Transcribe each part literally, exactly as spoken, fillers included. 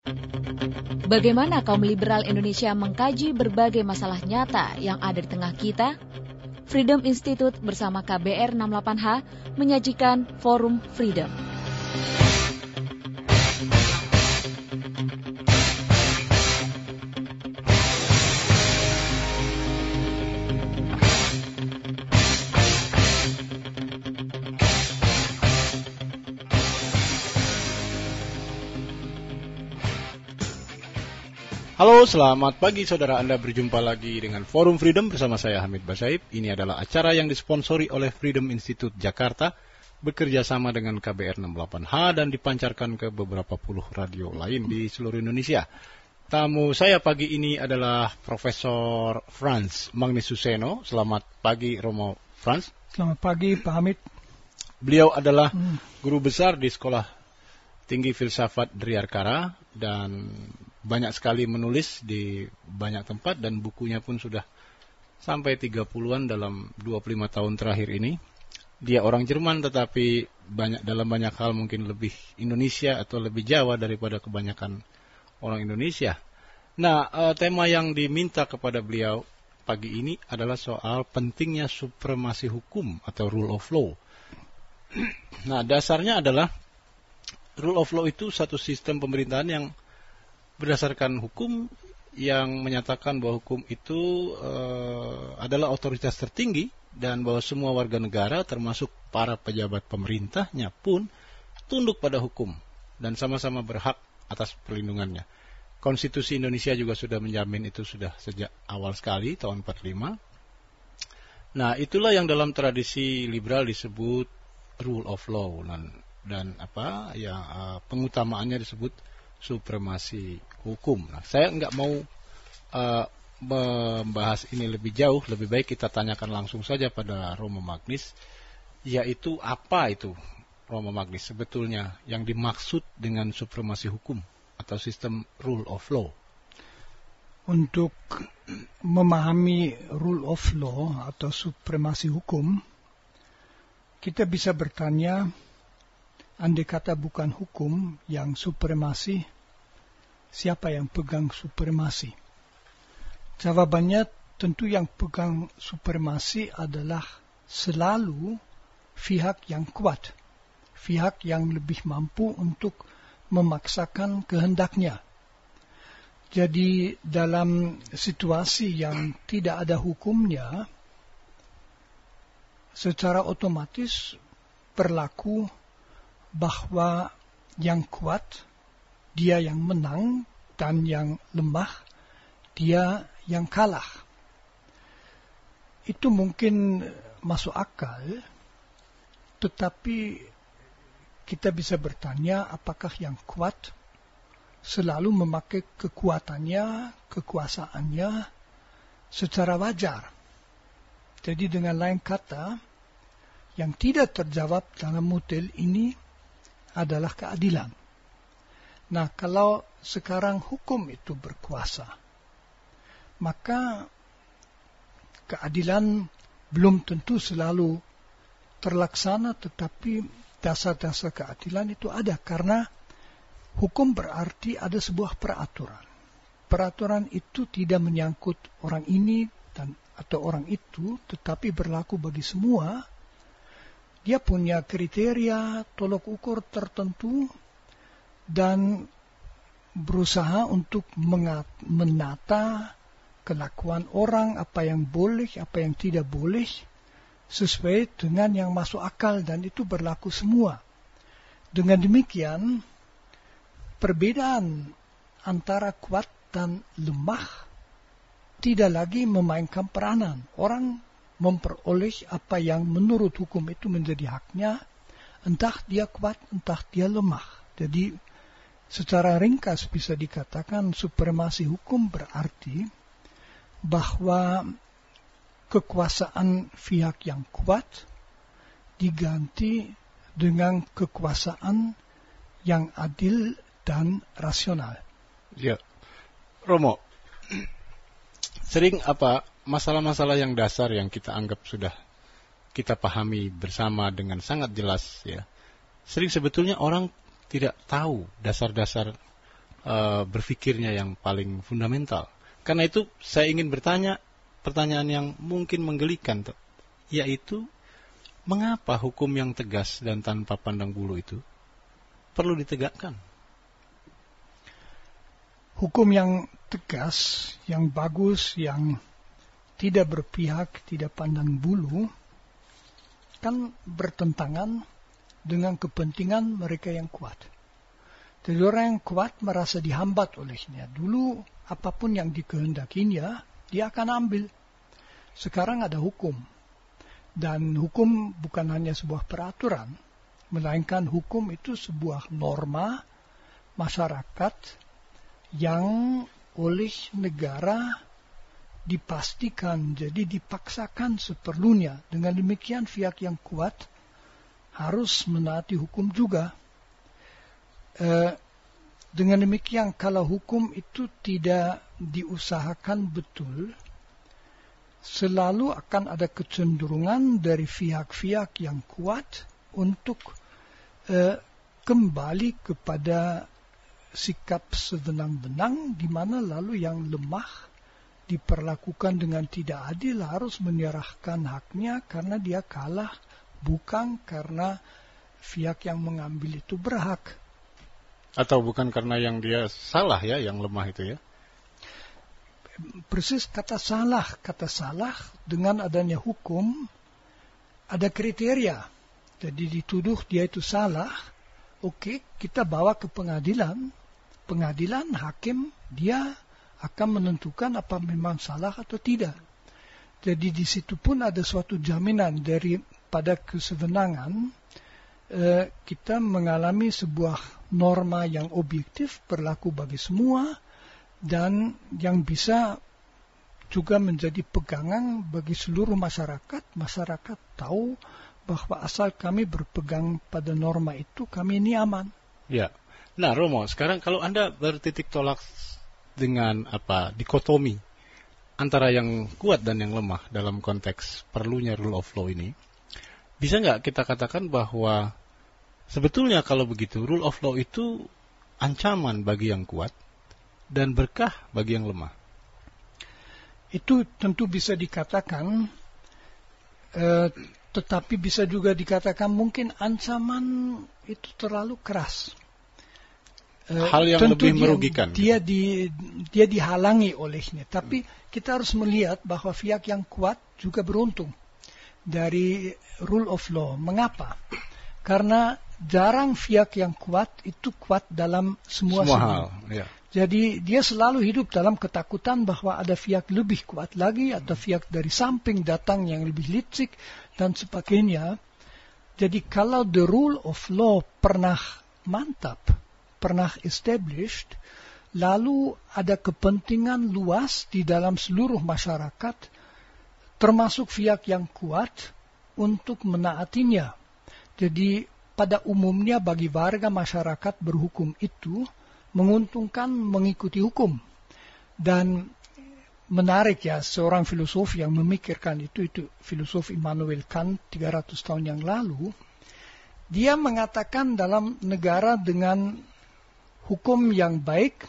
Bagaimana kaum liberal Indonesia mengkaji berbagai masalah nyata yang ada di tengah kita? Freedom Institute bersama K B R enam puluh delapan H menyajikan Forum Freedom. Halo, selamat pagi saudara, Anda berjumpa lagi dengan Forum Freedom bersama saya Hamid Basaib. Ini adalah acara yang disponsori oleh Freedom Institute Jakarta, bekerja sama dengan K B R enam puluh delapan H dan dipancarkan ke beberapa puluh radio lain di seluruh Indonesia. Tamu saya pagi ini adalah Profesor Frans Magnesuseno. Selamat pagi Romo Frans. Selamat pagi Pak Hamid. Beliau adalah guru besar di Sekolah Tinggi Filsafat Dryarkara dan banyak sekali menulis di banyak tempat dan bukunya pun sudah sampai tiga puluhan dalam dua puluh lima tahun terakhir ini. Dia orang Jerman tetapi banyak dalam banyak hal mungkin lebih Indonesia atau lebih Jawa daripada kebanyakan orang Indonesia. Nah, eh, tema yang diminta kepada beliau pagi ini adalah soal pentingnya supremasi hukum atau rule of law. Nah, dasarnya adalah rule of law itu satu sistem pemerintahan yang berdasarkan hukum yang menyatakan bahwa hukum itu uh, adalah otoritas tertinggi dan bahwa semua warga negara termasuk para pejabat pemerintahnya pun tunduk pada hukum dan sama-sama berhak atas perlindungannya. Konstitusi Indonesia juga sudah menjamin itu sudah sejak awal sekali tahun empat puluh lima. Nah, itulah yang dalam tradisi liberal disebut rule of law dan, dan apa ya uh, pengutamaannya disebut supremasi hukum. Nah, saya nggak mau uh, membahas ini lebih jauh, lebih baik kita tanyakan langsung saja pada Romo Magnis, yaitu apa itu Romo Magnis sebetulnya yang dimaksud dengan supremasi hukum atau sistem rule of law. Untuk memahami rule of law atau supremasi hukum, kita bisa bertanya, andai kata bukan hukum yang supremasi, siapa yang pegang supremasi? Jawabannya tentu yang pegang supremasi adalah selalu pihak yang kuat, pihak yang lebih mampu untuk memaksakan kehendaknya. Jadi dalam situasi yang tidak ada hukumnya, secara otomatis berlaku bahwa yang kuat, dia yang menang, dan yang lemah, dia yang kalah. Itu mungkin masuk akal, tetapi kita bisa bertanya apakah yang kuat selalu memakai kekuatannya, kekuasaannya secara wajar. Jadi dengan lain kata, yang tidak terjawab dalam model ini adalah keadilan. Nah, kalau sekarang hukum itu berkuasa, maka keadilan belum tentu selalu terlaksana, tetapi dasar-dasar keadilan itu ada, karena hukum berarti ada sebuah peraturan. Peraturan itu tidak menyangkut orang ini dan atau orang itu, tetapi berlaku bagi semua. Dia punya kriteria, tolok ukur tertentu, dan berusaha untuk menata kelakuan orang, apa yang boleh, apa yang tidak boleh, sesuai dengan yang masuk akal, dan itu berlaku semua. Dengan demikian, perbedaan antara kuat dan lemah tidak lagi memainkan peranan. Orang memperoleh apa yang menurut hukum itu menjadi haknya, entah dia kuat, entah dia lemah. Jadi secara ringkas bisa dikatakan supremasi hukum berarti bahwa kekuasaan pihak yang kuat diganti dengan kekuasaan yang adil dan rasional. Ya, Romo, sering apa masalah-masalah yang dasar yang kita anggap sudah kita pahami bersama dengan sangat jelas, ya. Sering sebetulnya orang tidak tahu dasar-dasar uh, berpikirnya yang paling fundamental. Karena itu saya ingin bertanya pertanyaan yang mungkin menggelikan, yaitu mengapa hukum yang tegas dan tanpa pandang bulu itu perlu ditegakkan? Hukum yang tegas, yang bagus, yang tidak berpihak, tidak pandang bulu, kan bertentangan dengan kepentingan mereka yang kuat. Jadi orang yang kuat merasa dihambat olehnya. Dulu apapun yang dikehendakinya, dia akan ambil. Sekarang ada hukum. Dan hukum bukan hanya sebuah peraturan, melainkan hukum itu sebuah norma masyarakat yang oleh negara dipastikan, jadi dipaksakan seperlunya. Dengan demikian pihak yang kuat harus menaati hukum juga. E, dengan demikian kalau hukum itu tidak diusahakan betul, selalu akan ada kecenderungan dari pihak-pihak yang kuat untuk e, kembali kepada sikap sewenang-wenang, di mana lalu yang lemah diperlakukan dengan tidak adil, harus menyerahkan haknya karena dia kalah, bukan karena pihak yang mengambil itu berhak. Atau bukan karena yang dia salah ya, yang lemah itu ya? Persis kata salah, kata salah dengan adanya hukum ada kriteria. Jadi dituduh dia itu salah, oke, kita bawa ke pengadilan. Pengadilan, hakim, dia akan menentukan apa memang salah atau tidak. Jadi di situ pun ada suatu jaminan daripada kesewenangan. Eh, kita mengalami sebuah norma yang objektif, berlaku bagi semua, dan yang bisa juga menjadi pegangan bagi seluruh masyarakat. Masyarakat tahu bahwa asal kami berpegang pada norma itu, kami ini aman. Ya. Nah, Romo, sekarang kalau Anda bertitik tolak dengan apa dikotomi antara yang kuat dan yang lemah dalam konteks perlunya rule of law ini, bisa nggak kita katakan bahwa sebetulnya kalau begitu rule of law itu ancaman bagi yang kuat dan berkah bagi yang lemah? Itu tentu bisa dikatakan, eh, tetapi bisa juga dikatakan mungkin ancaman itu terlalu keras. Hal yang tentu lebih merugikan. Dia, dia, di, dia dihalangi olehnya. Tapi hmm. kita harus melihat bahwa pihak yang kuat juga beruntung dari rule of law. Mengapa? Karena jarang pihak yang kuat itu kuat dalam semua, semua hal. Ya. Jadi dia selalu hidup dalam ketakutan bahwa ada pihak lebih kuat lagi, atau pihak dari samping datang yang lebih licik, dan sebagainya. Jadi kalau the rule of law pernah mantap, pernah established, lalu ada kepentingan luas di dalam seluruh masyarakat, termasuk pihak yang kuat, untuk menaatinya. Jadi pada umumnya bagi warga masyarakat berhukum itu menguntungkan mengikuti hukum. Dan menarik ya, seorang filosof yang memikirkan itu, itu filosof Immanuel Kant tiga ratus tahun yang lalu, dia mengatakan dalam negara dengan hukum yang baik,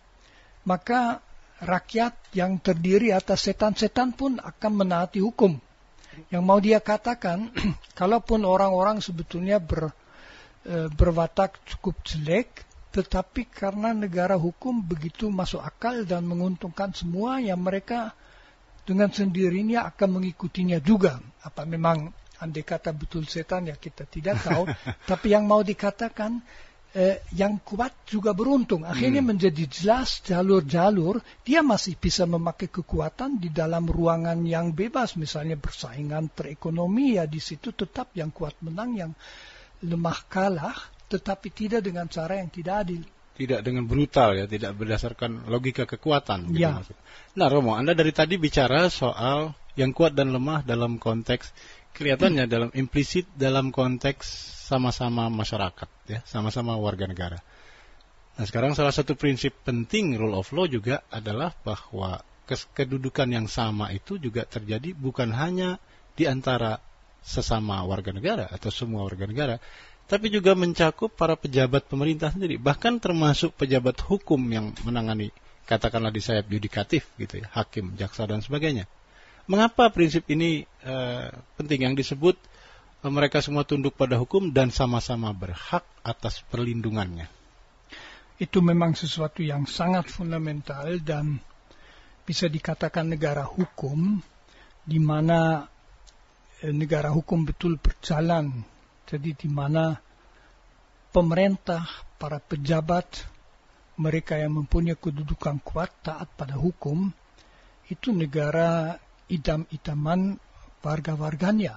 maka rakyat yang terdiri atas setan-setan pun akan menaati hukum. Yang mau dia katakan, kalaupun orang-orang sebetulnya ber, e, berwatak cukup jelek, tetapi karena negara hukum begitu masuk akal dan menguntungkan semua, yang mereka dengan sendirinya akan mengikutinya juga. Apa memang andai kata betul setan, ya kita tidak tahu. Tapi yang mau dikatakan, Eh, yang kuat juga beruntung. Akhirnya hmm. menjadi jelas jalur-jalur, dia masih bisa memakai kekuatan di dalam ruangan yang bebas, misalnya persaingan perekonomi, ya di situ tetap yang kuat menang, yang lemah kalah, tetapi tidak dengan cara yang tidak adil. Tidak dengan brutal ya, tidak berdasarkan logika kekuatan. Gitu ya. Maksud. Nah Romo, Anda dari tadi bicara soal yang kuat dan lemah dalam konteks, kelihatannya hmm. dalam implisit dalam konteks sama-sama masyarakat, ya, sama-sama warga negara. Nah, sekarang salah satu prinsip penting rule of law juga adalah bahwa kedudukan yang sama itu juga terjadi bukan hanya di antara sesama warga negara atau semua warga negara, tapi juga mencakup para pejabat pemerintah sendiri, bahkan termasuk pejabat hukum yang menangani, katakanlah di sayap yudikatif gitu ya, hakim, jaksa dan sebagainya. Mengapa prinsip ini uh, penting? Yang disebut uh, mereka semua tunduk pada hukum dan sama-sama berhak atas perlindungannya. Itu memang sesuatu yang sangat fundamental dan bisa dikatakan negara hukum, di mana eh, negara hukum betul berjalan. Jadi di mana pemerintah, para pejabat, mereka yang mempunyai kedudukan kuat, taat pada hukum, itu negara idam-idaman warga-warganya.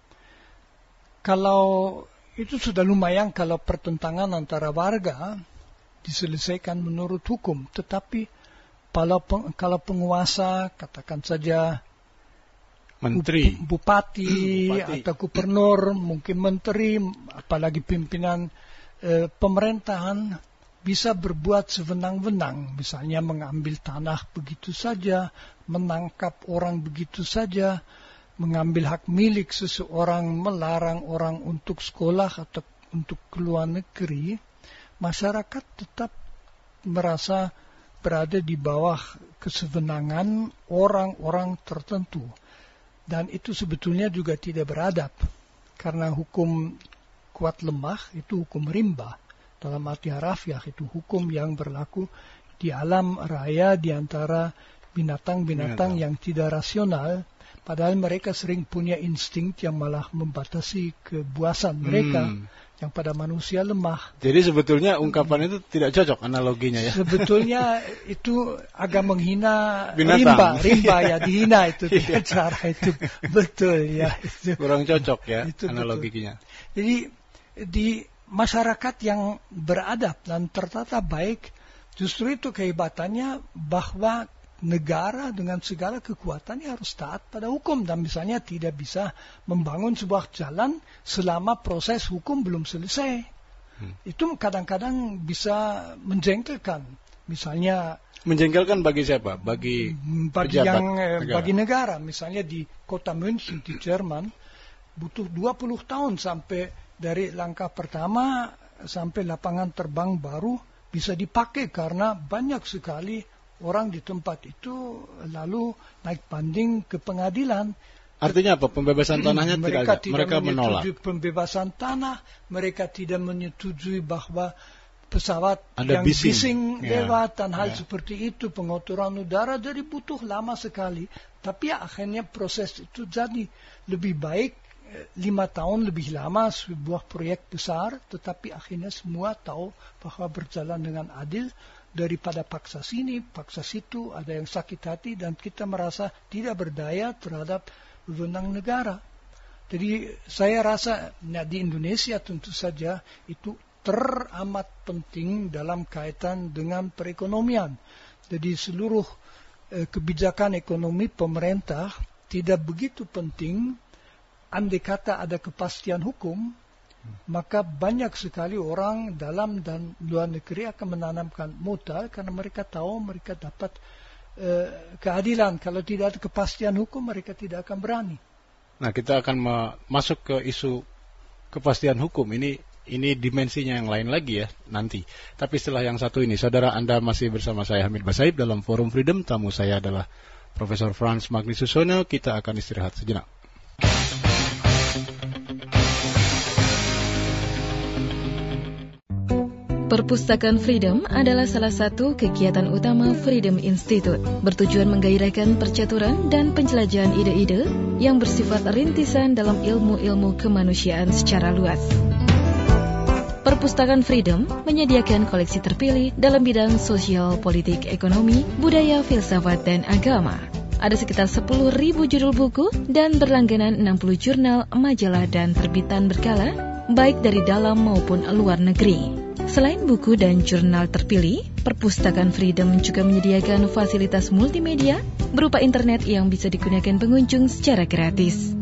Kalau itu sudah lumayan kalau pertentangan antara warga diselesaikan menurut hukum, tetapi kalau, peng, kalau penguasa, katakan saja menteri, bupati, bupati atau gubernur, mungkin menteri, apalagi pimpinan eh, pemerintahan, bisa berbuat sewenang-wenang, misalnya mengambil tanah begitu saja, menangkap orang begitu saja, mengambil hak milik seseorang, melarang orang untuk sekolah atau untuk keluar negeri. Masyarakat tetap merasa berada di bawah kesewenangan orang-orang tertentu. Dan itu sebetulnya juga tidak beradab. Karena hukum kuat lemah itu hukum rimba. Dalam arti harafiah itu hukum yang berlaku di alam raya di antara binatang-binatang yang tidak rasional. Padahal mereka sering punya insting yang malah membatasi kebuasan mereka. Hmm. Yang pada manusia lemah. Jadi sebetulnya ungkapan itu tidak cocok analoginya ya. Sebetulnya itu agak menghina binatang. rimba, rimba ya dihina itu dengan cara itu betul ya. Itu. Kurang cocok ya itu analoginya. Betul. Jadi di masyarakat yang beradab dan tertata baik, justru itu kehebatannya bahwa negara dengan segala kekuatannya harus taat pada hukum dan misalnya tidak bisa membangun sebuah jalan selama proses hukum belum selesai. Hmm. Itu kadang-kadang bisa menjengkelkan. Misalnya menjengkelkan bagi siapa? Bagi bagi pejabat yang negara. Bagi negara. Misalnya di kota München di Jerman butuh dua puluh tahun sampai dari langkah pertama sampai lapangan terbang baru bisa dipakai karena banyak sekali orang di tempat itu lalu naik banding ke pengadilan. Artinya apa? Pembebasan tanahnya mereka tidak ada. Mereka menolak. Pembebasan tanah, mereka tidak menyetujui bahwa pesawat ada yang bising, bising ya. lewat dan hal ya. seperti itu, pengotoran udara, jadi butuh lama sekali. Tapi ya, akhirnya proses itu jadi lebih baik, lima tahun lebih lama sebuah proyek besar, tetapi akhirnya semua tahu bahwa berjalan dengan adil. Daripada paksa sini, paksa situ, ada yang sakit hati dan kita merasa tidak berdaya terhadap wewenang negara. Jadi saya rasa nah, di Indonesia tentu saja itu teramat penting dalam kaitan dengan perekonomian. Jadi seluruh eh, kebijakan ekonomi pemerintah tidak begitu penting andai kata ada kepastian hukum. Maka banyak sekali orang dalam dan luar negeri akan menanamkan modal karena mereka tahu mereka dapat uh, keadilan. Kalau tidak ada kepastian hukum, mereka tidak akan berani. Nah, kita akan masuk ke isu kepastian hukum. Ini ini dimensinya yang lain lagi ya nanti. Tapi setelah yang satu ini, saudara Anda masih bersama saya Hamid Basaib dalam Forum Freedom. Tamu saya adalah Profesor Frans Magnisusono. Kita akan istirahat sejenak. Perpustakaan Freedom adalah salah satu kegiatan utama Freedom Institute, bertujuan menggairahkan percaturan dan penjelajahan ide-ide yang bersifat rintisan dalam ilmu-ilmu kemanusiaan secara luas. Perpustakaan Freedom menyediakan koleksi terpilih dalam bidang sosial, politik, ekonomi, budaya, filsafat, dan agama. Ada sekitar sepuluh ribu judul buku dan berlangganan enam puluh jurnal, majalah, dan terbitan berkala, baik dari dalam maupun luar negeri. Selain buku dan jurnal terpilih, Perpustakaan Freedom juga menyediakan fasilitas multimedia berupa internet yang bisa digunakan pengunjung secara gratis.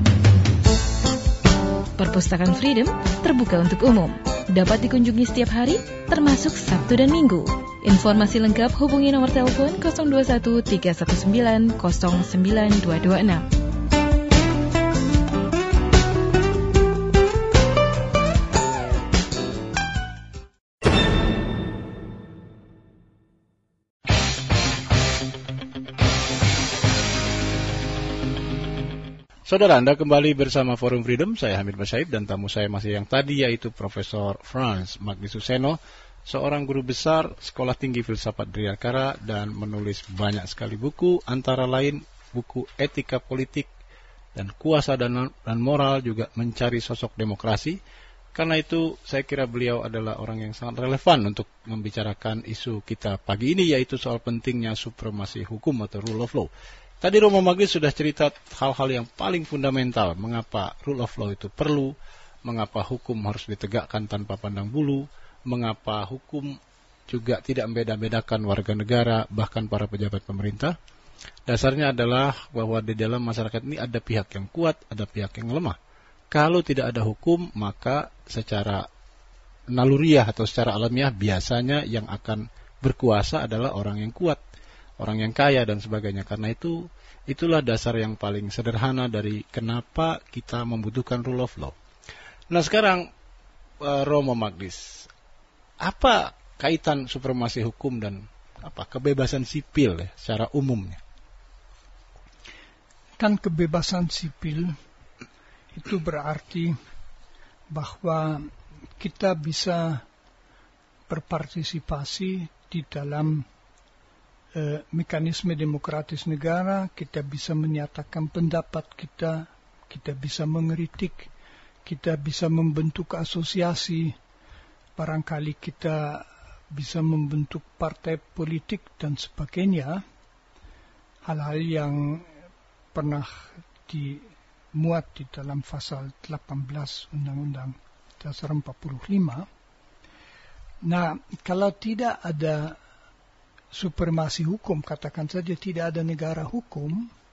Perpustakaan Freedom terbuka untuk umum, dapat dikunjungi setiap hari, termasuk Sabtu dan Minggu. Informasi lengkap hubungi nomor telepon nol dua satu tiga satu sembilan nol sembilan dua dua enam. Saudara, Anda kembali bersama Forum Freedom. Saya Hamid Masyaib dan tamu saya masih yang tadi, yaitu Profesor Frans Magdisuseno, seorang guru besar Sekolah Tinggi Filsafat Driarkara dan menulis banyak sekali buku, antara lain buku Etika Politik dan Kuasa dan, dan Moral, juga Mencari Sosok Demokrasi. Karena itu saya kira beliau adalah orang yang sangat relevan untuk membicarakan isu kita pagi ini, yaitu soal pentingnya supremasi hukum atau rule of law. Tadi Romo Magdis sudah cerita hal-hal yang paling fundamental, mengapa rule of law itu perlu, mengapa hukum harus ditegakkan tanpa pandang bulu, mengapa hukum juga tidak membeda-bedakan warga negara, bahkan para pejabat pemerintah. Dasarnya adalah bahwa di dalam masyarakat ini ada pihak yang kuat, ada pihak yang lemah. Kalau tidak ada hukum, maka secara naluriah atau secara alamiah biasanya yang akan berkuasa adalah orang yang kuat, orang yang kaya dan sebagainya. Karena itu, itulah dasar yang paling sederhana dari kenapa kita membutuhkan rule of law. Nah sekarang, uh, Romo Magdis, apa kaitan supremasi hukum dan apa kebebasan sipil ya, secara umumnya? Kan kebebasan sipil itu berarti bahwa kita bisa berpartisipasi di dalam eh, mekanisme demokratis negara, kita bisa menyatakan pendapat kita, kita bisa mengkritik, kita bisa membentuk asosiasi, barangkali kita bisa membentuk partai politik dan sebagainya, hal-hal yang pernah dimuat di dalam pasal delapan belas Undang-Undang Dasar empat puluh lima. Nah, kalau tidak ada supremasi hukum, katakan saja tidak ada negara hukum,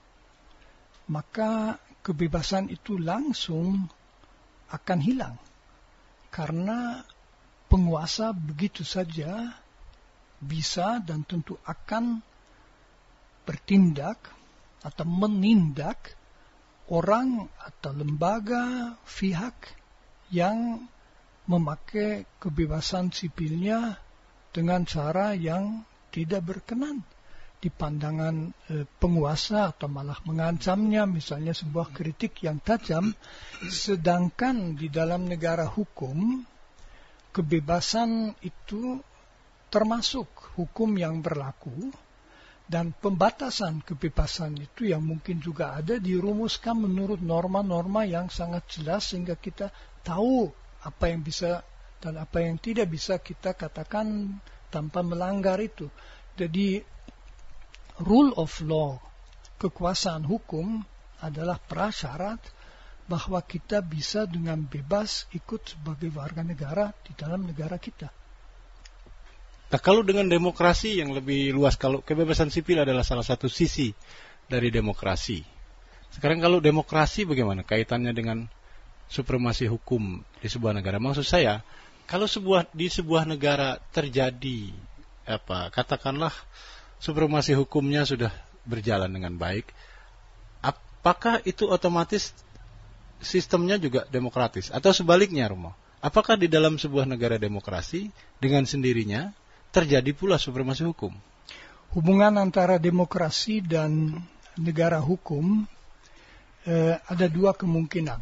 maka kebebasan itu langsung akan hilang. Karena penguasa begitu saja bisa dan tentu akan bertindak atau menindak orang atau lembaga, pihak yang memakai kebebasan sipilnya dengan cara yang tidak berkenan di pandangan eh, penguasa atau malah mengancamnya, misalnya sebuah kritik yang tajam. Sedangkan di dalam negara hukum, kebebasan itu termasuk hukum yang berlaku, dan pembatasan kebebasan itu yang mungkin juga ada dirumuskan menurut norma-norma yang sangat jelas sehingga kita tahu apa yang bisa dan apa yang tidak bisa kita katakan tanpa melanggar itu. Jadi rule of law, kekuasaan hukum adalah prasyarat bahwa kita bisa dengan bebas ikut sebagai warga negara di dalam negara kita. Nah, kalau dengan demokrasi yang lebih luas, kalau kebebasan sipil adalah salah satu sisi dari demokrasi. Sekarang kalau demokrasi bagaimana kaitannya dengan supremasi hukum di sebuah negara? Maksud saya, kalau sebuah di sebuah negara terjadi apa, katakanlah supremasi hukumnya sudah berjalan dengan baik, apakah itu otomatis sistemnya juga demokratis? Atau sebaliknya, Romo? Apakah di dalam sebuah negara demokrasi dengan sendirinya terjadi pula supremasi hukum? Hubungan antara demokrasi dan negara hukum eh, ada dua kemungkinan.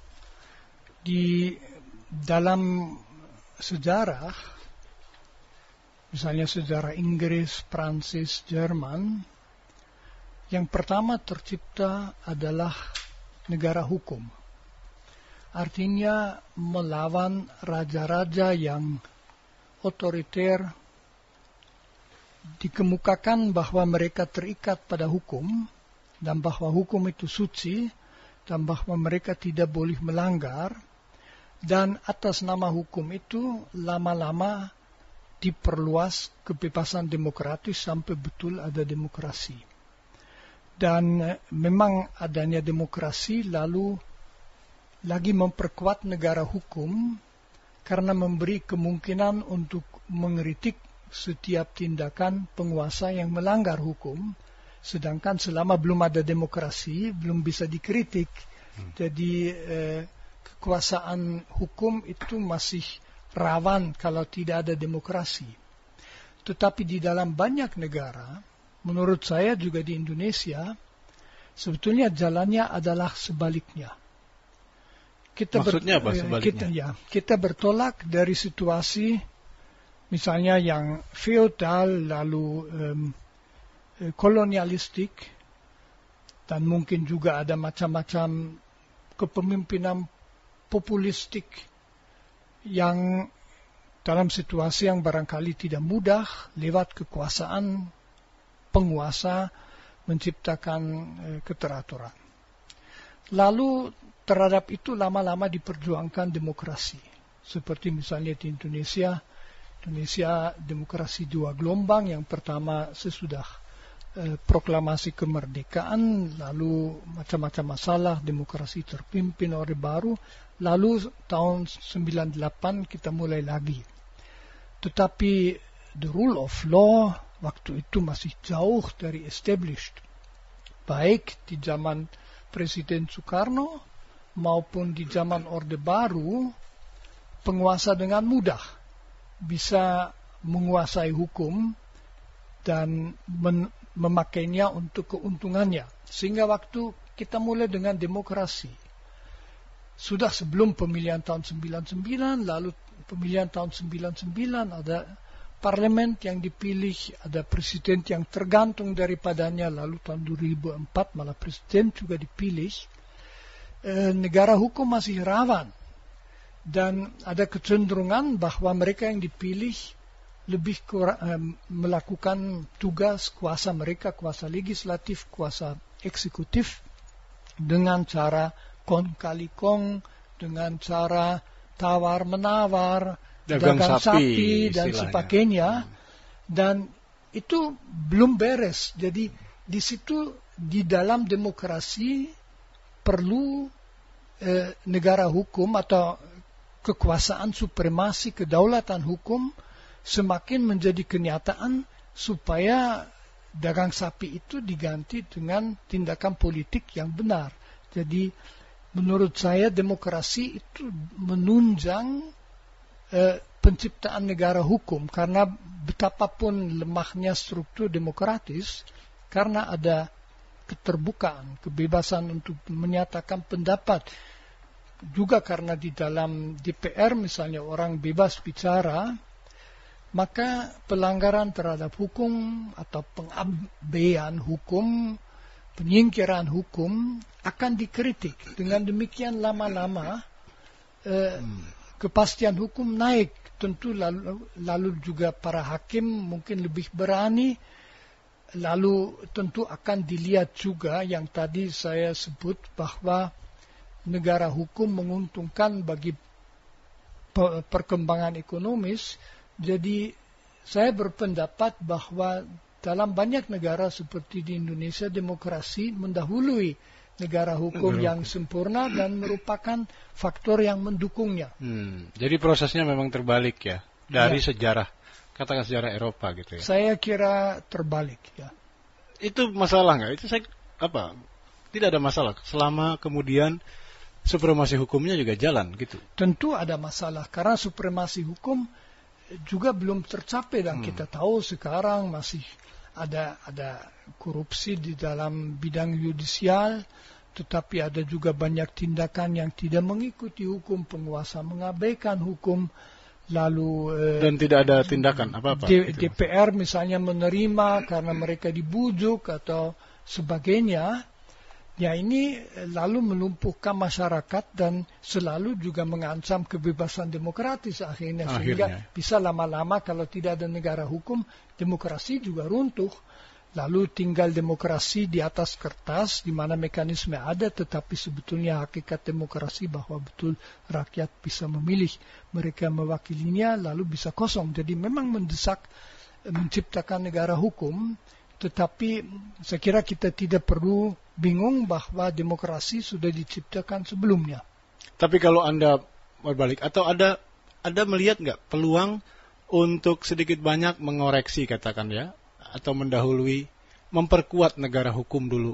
Di dalam sejarah, misalnya sejarah Inggris, Prancis, Jerman, yang pertama tercipta adalah negara hukum. Artinya melawan raja-raja yang otoriter, dikemukakan bahwa mereka terikat pada hukum dan bahwa hukum itu suci dan bahwa mereka tidak boleh melanggar, dan atas nama hukum itu lama-lama diperluas kebebasan demokratis sampai betul ada demokrasi. Dan memang adanya demokrasi lalu lagi memperkuat negara hukum karena memberi kemungkinan untuk mengkritik setiap tindakan penguasa yang melanggar hukum, sedangkan selama belum ada demokrasi belum bisa dikritik. Hmm. Jadi eh, kekuasaan hukum itu masih rawan kalau tidak ada demokrasi. Tetapi di dalam banyak negara, menurut saya juga di Indonesia, Sebetulnya jalannya adalah sebaliknya. Kita Maksudnya apa sebaliknya? Kita, ya, kita bertolak dari situasi misalnya yang feodal lalu um, kolonialistik, dan mungkin juga ada macam-macam kepemimpinan populistik yang dalam situasi yang barangkali tidak mudah lewat kekuasaan penguasa menciptakan eh, keteraturan. Lalu terhadap itu lama-lama diperjuangkan demokrasi. Seperti misalnya di Indonesia, Indonesia demokrasi dua gelombang. Yang pertama sesudah eh, proklamasi kemerdekaan, lalu macam-macam masalah, demokrasi terpimpin Orde Baru, lalu tahun sembilan puluh delapan kita mulai lagi. Tetapi the rule of law waktu itu masih jauh dari established. Baik di zaman Presiden Soekarno maupun di zaman Orde Baru, penguasa dengan mudah bisa menguasai hukum dan memakainya untuk keuntungannya. Sehingga waktu kita mulai dengan demokrasi, sudah sebelum pemilihan tahun sembilan puluh sembilan, lalu pemilihan tahun sembilan puluh sembilan ada parlemen yang dipilih, ada presiden yang tergantung daripadanya, lalu tahun dua ribu empat malah presiden juga dipilih. E, negara hukum masih rawan dan ada kecenderungan bahwa mereka yang dipilih lebih kurang, e, melakukan tugas kuasa mereka, kuasa legislatif, kuasa eksekutif dengan cara kong kali kong, dengan cara tawar-menawar, dagang, dagang sapi, sapi dan sebagainya. Dan itu belum beres. Jadi di situ di dalam demokrasi perlu eh, negara hukum atau kekuasaan supremasi kedaulatan hukum semakin menjadi kenyataan supaya dagang sapi itu diganti dengan tindakan politik yang benar. Jadi menurut saya demokrasi itu menunjang eh, penciptaan negara hukum, karena betapapun lemahnya struktur demokratis, karena ada keterbukaan, kebebasan untuk menyatakan pendapat, juga karena di dalam D P R misalnya orang bebas bicara, maka pelanggaran terhadap hukum atau pengabaian hukum, penyingkiran hukum akan dikritik. Dengan demikian lama-lama eh, kepastian hukum naik. Tentu lalu, lalu juga para hakim mungkin lebih berani. Lalu tentu akan dilihat juga yang tadi saya sebut bahwa negara hukum menguntungkan bagi perkembangan ekonomis. Jadi saya berpendapat bahwa dalam banyak negara seperti di Indonesia, demokrasi mendahului negara hukum negara yang hukum. sempurna dan merupakan faktor yang mendukungnya. Hmm, jadi prosesnya memang terbalik ya dari ya. sejarah, katakan sejarah Eropa gitu ya. Saya kira terbalik ya. Itu masalah nggak? Itu saya apa? Tidak ada masalah selama kemudian supremasi hukumnya juga jalan gitu. Tentu ada masalah karena supremasi hukum juga belum tercapai dan hmm. kita tahu sekarang masih ada ada korupsi di dalam bidang yudisial, tetapi ada juga banyak tindakan yang tidak mengikuti hukum, penguasa mengabaikan hukum, lalu dan eh, tidak ada tindakan apa-apa. D- D P R misalnya menerima karena mereka dibujuk atau sebagainya. Ya ini lalu melumpuhkan masyarakat dan selalu juga mengancam kebebasan demokratis akhirnya, akhirnya. Sehingga bisa lama-lama kalau tidak ada negara hukum, demokrasi juga runtuh. Lalu tinggal demokrasi di atas kertas di mana mekanisme ada, tetapi sebetulnya hakikat demokrasi bahwa betul rakyat bisa memilih mereka mewakilinya, lalu bisa kosong. Jadi memang mendesak menciptakan negara hukum. Tetapi saya kira kita tidak perlu bingung bahwa demokrasi sudah diciptakan sebelumnya. Tapi kalau Anda berbalik, atau ada Anda melihat nggak peluang untuk sedikit banyak mengoreksi katakan ya, atau mendahului, memperkuat negara hukum dulu?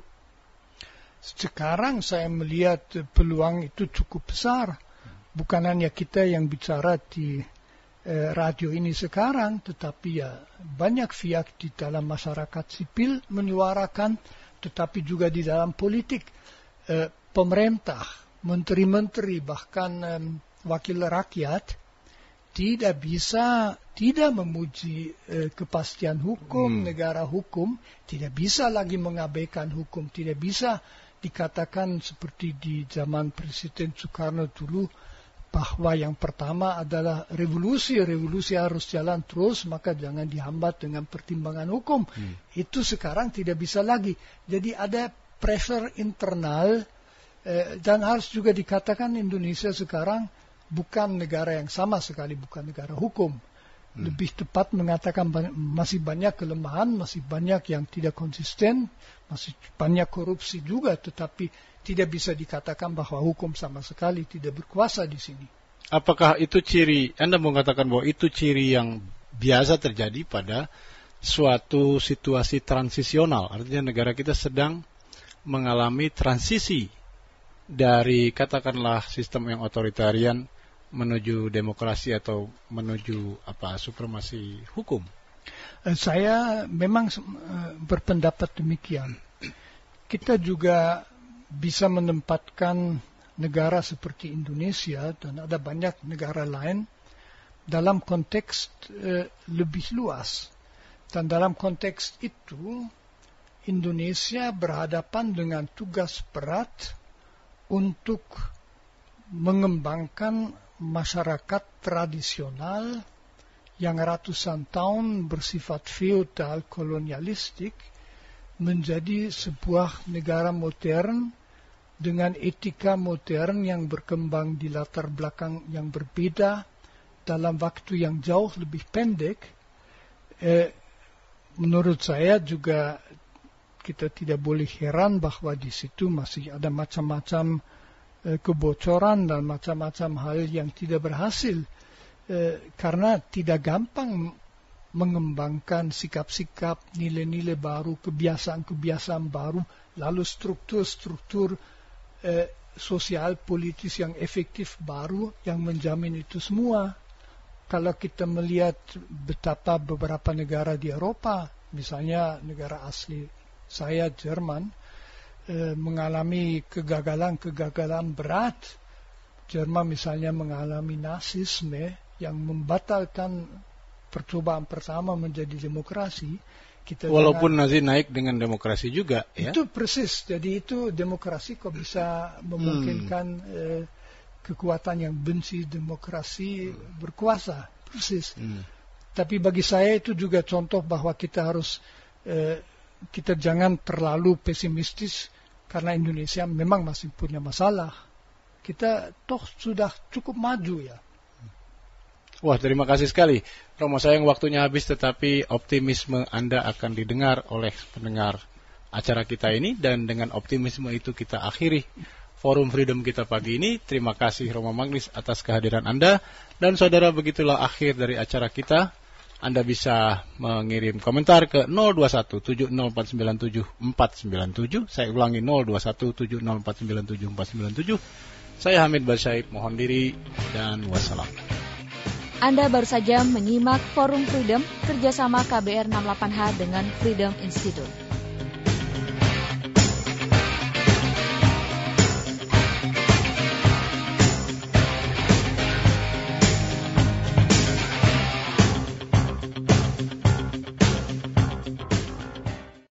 Sekarang saya melihat peluang itu cukup besar. Bukan hanya kita yang bicara di eh, radio ini sekarang, tetapi ya banyak pihak di dalam masyarakat sipil menyuarakan, tetapi juga di dalam politik, eh, pemerintah, menteri-menteri, bahkan eh, wakil rakyat tidak bisa tidak memuji eh, kepastian hukum, hmm. negara hukum, tidak bisa lagi mengabaikan hukum, tidak bisa dikatakan seperti di zaman Presiden Soekarno dulu bahwa yang pertama adalah revolusi, revolusi harus jalan terus, maka jangan dihambat dengan pertimbangan hukum. Hmm. Itu sekarang tidak bisa lagi. Jadi ada pressure internal eh, dan harus juga dikatakan Indonesia sekarang bukan negara yang sama sekali, bukan negara hukum. Hmm. Lebih tepat mengatakan banyak, masih banyak kelemahan, masih banyak yang tidak konsisten, masih banyak korupsi juga, tetapi tidak bisa dikatakan bahwa hukum sama sekali tidak berkuasa di sini. Apakah itu ciri, Anda mengatakan bahwa itu ciri yang biasa terjadi pada suatu situasi transisional, artinya negara kita sedang mengalami transisi dari katakanlah sistem yang otoritarian menuju demokrasi atau menuju apa supremasi hukum? Saya memang berpendapat demikian. Kita juga bisa menempatkan negara seperti Indonesia dan ada banyak negara lain dalam konteks eh, lebih luas. Dan dalam konteks itu Indonesia berhadapan dengan tugas berat untuk mengembangkan masyarakat tradisional yang ratusan tahun bersifat feodal kolonialistik menjadi sebuah negara modern dengan etika modern yang berkembang di latar belakang yang berbeda dalam waktu yang jauh lebih pendek. Eh, menurut saya juga kita tidak boleh heran bahwa di situ masih ada macam-macam kebocoran dan macam-macam hal yang tidak berhasil eh, karena tidak gampang mengembangkan sikap-sikap, nilai-nilai baru, kebiasaan-kebiasaan baru, lalu struktur-struktur eh, sosial politis yang efektif baru yang menjamin itu semua. Kalau kita melihat betapa beberapa negara di Eropa, misalnya negara asli saya Jerman, mengalami kegagalan-kegagalan berat. Jerman misalnya mengalami nasisme yang membatalkan percobaan pertama menjadi demokrasi. Kita Walaupun dengan, Nazi naik dengan demokrasi juga, ya? Itu persis. Jadi itu demokrasi kok bisa memungkinkan hmm. eh, kekuatan yang benci demokrasi hmm. berkuasa. Persis. Hmm. Tapi bagi saya itu juga contoh bahwa kita harus eh, kita jangan terlalu pesimistis. Karena Indonesia memang masih punya masalah. Kita toh sudah cukup maju ya. Wah, terima kasih sekali. Romo sayang waktunya habis, tetapi optimisme Anda akan didengar oleh pendengar acara kita ini. Dan dengan optimisme itu kita akhiri Forum Freedom kita pagi ini. Terima kasih Romo Magnis atas kehadiran Anda. Dan saudara, begitulah akhir dari acara kita. Anda bisa mengirim komentar ke nol dua satu tujuh nol empat sembilan tujuh empat sembilan tujuh. Saya ulangi nol dua satu tujuh nol empat sembilan tujuh empat sembilan tujuh. Saya Hamid Barsaib mohon diri dan wassalam. Anda baru saja menyimak Forum Freedom kerjasama K B R enam puluh delapan H dengan Freedom Institute.